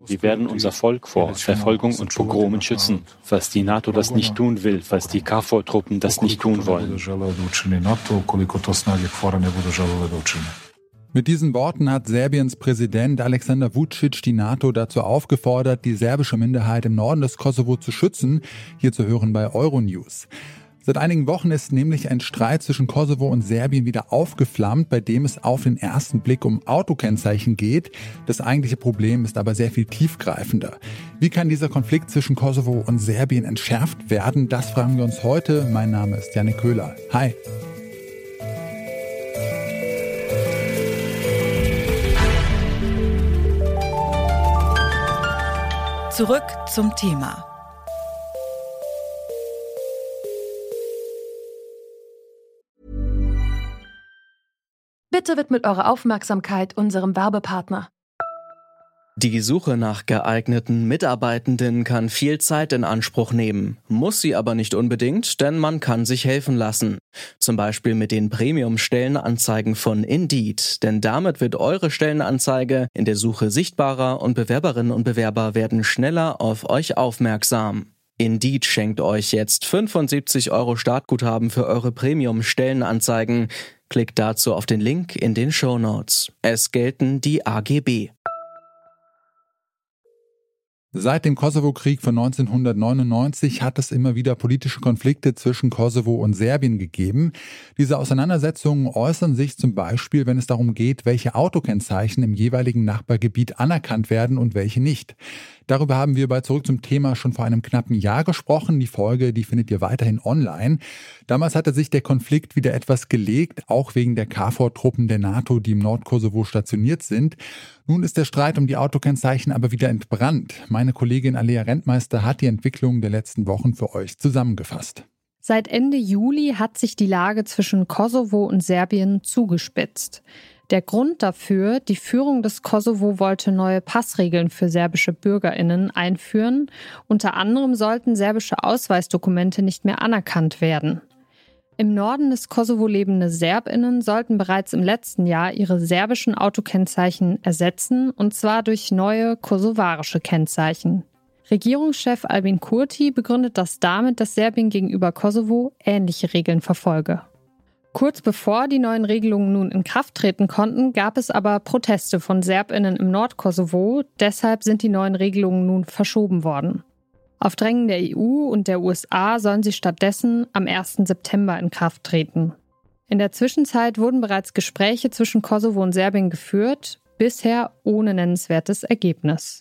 Wir werden unser Volk vor Verfolgung und Pogromen schützen, falls die NATO das nicht tun will, falls die KFOR-Truppen das nicht tun wollen. Mit diesen Worten hat Serbiens Präsident Aleksandar Vučić die NATO dazu aufgefordert, die serbische Minderheit im Norden des Kosovo zu schützen, hier zu hören bei Euronews. Seit einigen Wochen ist nämlich ein Streit zwischen Kosovo und Serbien wieder aufgeflammt, bei dem es auf den ersten Blick um Autokennzeichen geht. Das eigentliche Problem ist aber sehr viel tiefgreifender. Wie kann dieser Konflikt zwischen Kosovo und Serbien entschärft werden? Das fragen wir uns heute. Mein Name ist Jannik Köhler. Hi. Zurück zum Thema. Bitte widmet eure Aufmerksamkeit unserem Werbepartner. Die Suche nach geeigneten Mitarbeitenden kann viel Zeit in Anspruch nehmen, muss sie aber nicht unbedingt, denn man kann sich helfen lassen. Zum Beispiel mit den Premium-Stellenanzeigen von Indeed, denn damit wird eure Stellenanzeige in der Suche sichtbarer und Bewerberinnen und Bewerber werden schneller auf euch aufmerksam. Indeed schenkt euch jetzt 75 € Startguthaben für eure Premium-Stellenanzeigen. Klickt dazu auf den Link in den Shownotes. Es gelten die AGB. Seit dem Kosovo-Krieg von 1999 hat es immer wieder politische Konflikte zwischen Kosovo und Serbien gegeben. Diese Auseinandersetzungen äußern sich zum Beispiel, wenn es darum geht, welche Autokennzeichen im jeweiligen Nachbargebiet anerkannt werden und welche nicht. Darüber haben wir bei Zurück zum Thema schon vor einem knappen Jahr gesprochen. Die Folge, die findet ihr weiterhin online. Damals hatte sich der Konflikt wieder etwas gelegt, auch wegen der KFOR-Truppen der NATO, die im Nordkosovo stationiert sind. Nun ist der Streit um die Autokennzeichen aber wieder entbrannt. Meine Kollegin Alea Rentmeister hat die Entwicklung der letzten Wochen für euch zusammengefasst. Seit Ende Juli hat sich die Lage zwischen Kosovo und Serbien zugespitzt. Der Grund dafür, die Führung des Kosovo wollte neue Passregeln für serbische BürgerInnen einführen. Unter anderem sollten serbische Ausweisdokumente nicht mehr anerkannt werden. Im Norden des Kosovo lebende SerbInnen sollten bereits im letzten Jahr ihre serbischen Autokennzeichen ersetzen, und zwar durch neue kosovarische Kennzeichen. Regierungschef Albin Kurti begründet das damit, dass Serbien gegenüber Kosovo ähnliche Regeln verfolge. Kurz bevor die neuen Regelungen nun in Kraft treten konnten, gab es aber Proteste von SerbInnen im Nordkosovo. Deshalb sind die neuen Regelungen nun verschoben worden. Auf Drängen der EU und der USA sollen sie stattdessen am 1. September in Kraft treten. In der Zwischenzeit wurden bereits Gespräche zwischen Kosovo und Serbien geführt, bisher ohne nennenswertes Ergebnis.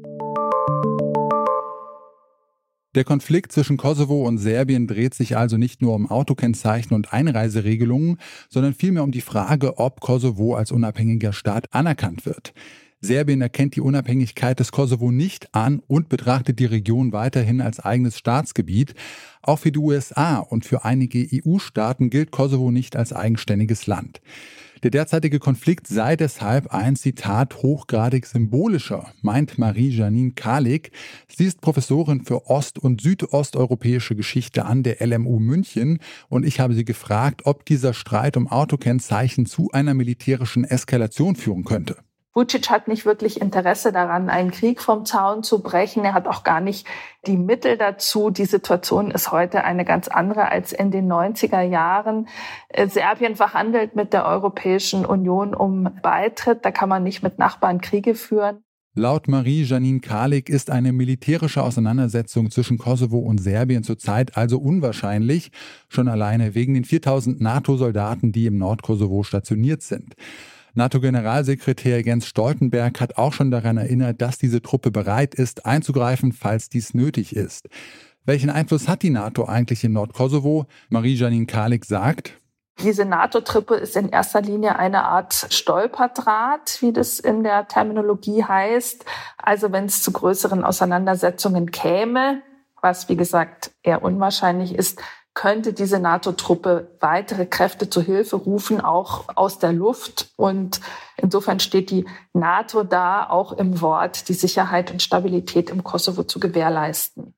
Der Konflikt zwischen Kosovo und Serbien dreht sich also nicht nur um Autokennzeichen und Einreiseregelungen, sondern vielmehr um die Frage, ob Kosovo als unabhängiger Staat anerkannt wird. Serbien erkennt die Unabhängigkeit des Kosovo nicht an und betrachtet die Region weiterhin als eigenes Staatsgebiet. Auch für die USA und für einige EU-Staaten gilt Kosovo nicht als eigenständiges Land. Der derzeitige Konflikt sei deshalb ein, Zitat, hochgradig symbolischer, meint Marie-Janine Kalik. Sie ist Professorin für ost- und südosteuropäische Geschichte an der LMU München und ich habe sie gefragt, ob dieser Streit um Autokennzeichen zu einer militärischen Eskalation führen könnte. Vučić hat nicht wirklich Interesse daran, einen Krieg vom Zaun zu brechen. Er hat auch gar nicht die Mittel dazu. Die Situation ist heute eine ganz andere als in den 90er Jahren. Serbien verhandelt mit der Europäischen Union um Beitritt. Da kann man nicht mit Nachbarn Kriege führen. Laut Marie-Janine Kalik ist eine militärische Auseinandersetzung zwischen Kosovo und Serbien zurzeit also unwahrscheinlich, schon alleine wegen den 4000 NATO-Soldaten, die im Nordkosovo stationiert sind. NATO-Generalsekretär Jens Stoltenberg hat auch schon daran erinnert, dass diese Truppe bereit ist, einzugreifen, falls dies nötig ist. Welchen Einfluss hat die NATO eigentlich im Nordkosovo? Marie-Janine Kalik sagt: Diese NATO-Truppe ist in erster Linie eine Art Stolperdraht, wie das in der Terminologie heißt. Also wenn es zu größeren Auseinandersetzungen käme, was wie gesagt eher unwahrscheinlich ist, könnte diese NATO-Truppe weitere Kräfte zu Hilfe rufen, auch aus der Luft. Und insofern steht die NATO da, auch im Wort, die Sicherheit und Stabilität im Kosovo zu gewährleisten.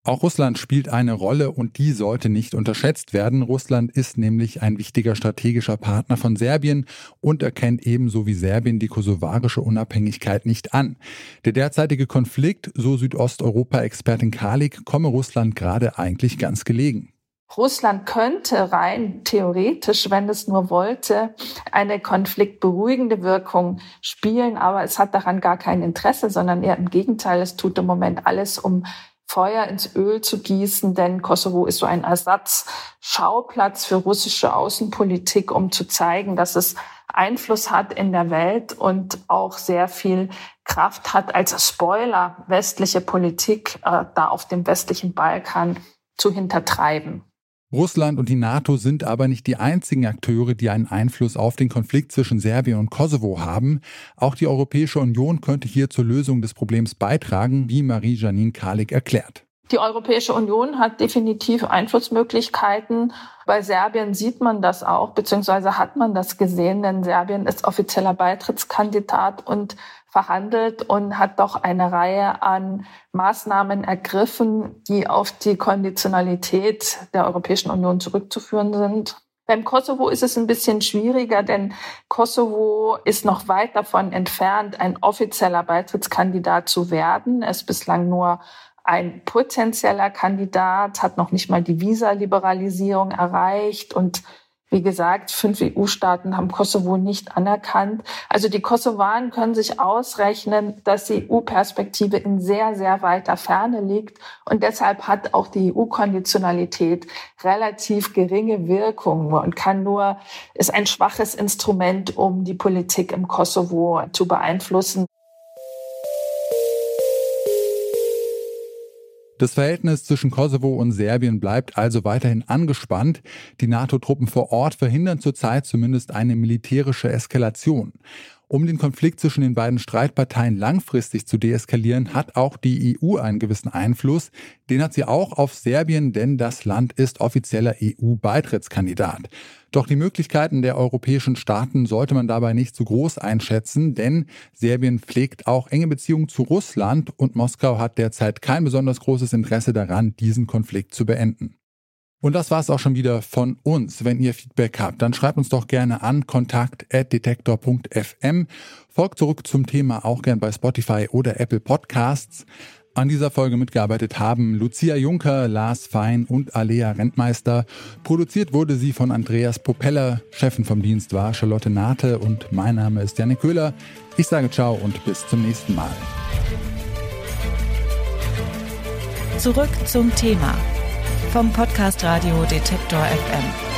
Auch Russland spielt eine Rolle und die sollte nicht unterschätzt werden. Russland ist nämlich ein wichtiger strategischer Partner von Serbien und erkennt ebenso wie Serbien die kosovarische Unabhängigkeit nicht an. Der derzeitige Konflikt, so Südosteuropa-Expertin Kalik, komme Russland gerade eigentlich ganz gelegen. Russland könnte rein theoretisch, wenn es nur wollte, eine konfliktberuhigende Wirkung spielen, aber es hat daran gar kein Interesse, sondern eher im Gegenteil, es tut im Moment alles, um Feuer ins Öl zu gießen, denn Kosovo ist so ein Ersatzschauplatz für russische Außenpolitik, um zu zeigen, dass es Einfluss hat in der Welt und auch sehr viel Kraft hat als Spoiler westliche Politik da auf dem westlichen Balkan zu hintertreiben. Russland und die NATO sind aber nicht die einzigen Akteure, die einen Einfluss auf den Konflikt zwischen Serbien und Kosovo haben. Auch die Europäische Union könnte hier zur Lösung des Problems beitragen, wie Marie-Janine Kalik erklärt. Die Europäische Union hat definitiv Einflussmöglichkeiten. Bei Serbien sieht man das auch, beziehungsweise hat man das gesehen, denn Serbien ist offizieller Beitrittskandidat und verhandelt und hat doch eine Reihe an Maßnahmen ergriffen, die auf die Konditionalität der Europäischen Union zurückzuführen sind. Beim Kosovo ist es ein bisschen schwieriger, denn Kosovo ist noch weit davon entfernt, ein offizieller Beitrittskandidat zu werden. Es ist bislang nur ein potenzieller Kandidat, hat noch nicht mal die Visaliberalisierung erreicht und wie gesagt, 5 EU-Staaten haben Kosovo nicht anerkannt. Also die Kosovaren können sich ausrechnen, dass die EU-Perspektive in sehr, sehr weiter Ferne liegt. Und deshalb hat auch die EU-Konditionalität relativ geringe Wirkung und ist ein schwaches Instrument, um die Politik im Kosovo zu beeinflussen. Das Verhältnis zwischen Kosovo und Serbien bleibt also weiterhin angespannt. Die NATO-Truppen vor Ort verhindern zurzeit zumindest eine militärische Eskalation. Um den Konflikt zwischen den beiden Streitparteien langfristig zu deeskalieren, hat auch die EU einen gewissen Einfluss. Den hat sie auch auf Serbien, denn das Land ist offizieller EU-Beitrittskandidat. Doch die Möglichkeiten der europäischen Staaten sollte man dabei nicht zu groß einschätzen, denn Serbien pflegt auch enge Beziehungen zu Russland und Moskau hat derzeit kein besonders großes Interesse daran, diesen Konflikt zu beenden. Und das war's auch schon wieder von uns. Wenn ihr Feedback habt, dann schreibt uns doch gerne an kontakt@detektor.fm. Folgt zurück zum Thema auch gern bei Spotify oder Apple Podcasts. An dieser Folge mitgearbeitet haben Lucia Juncker, Lars Fein und Alea Rentmeister. Produziert wurde sie von Andreas Propeller. Chefin vom Dienst war Charlotte Nate und mein Name ist Janne Köhler. Ich sage ciao und bis zum nächsten Mal. Zurück zum Thema vom Podcast Radio Detektor FM.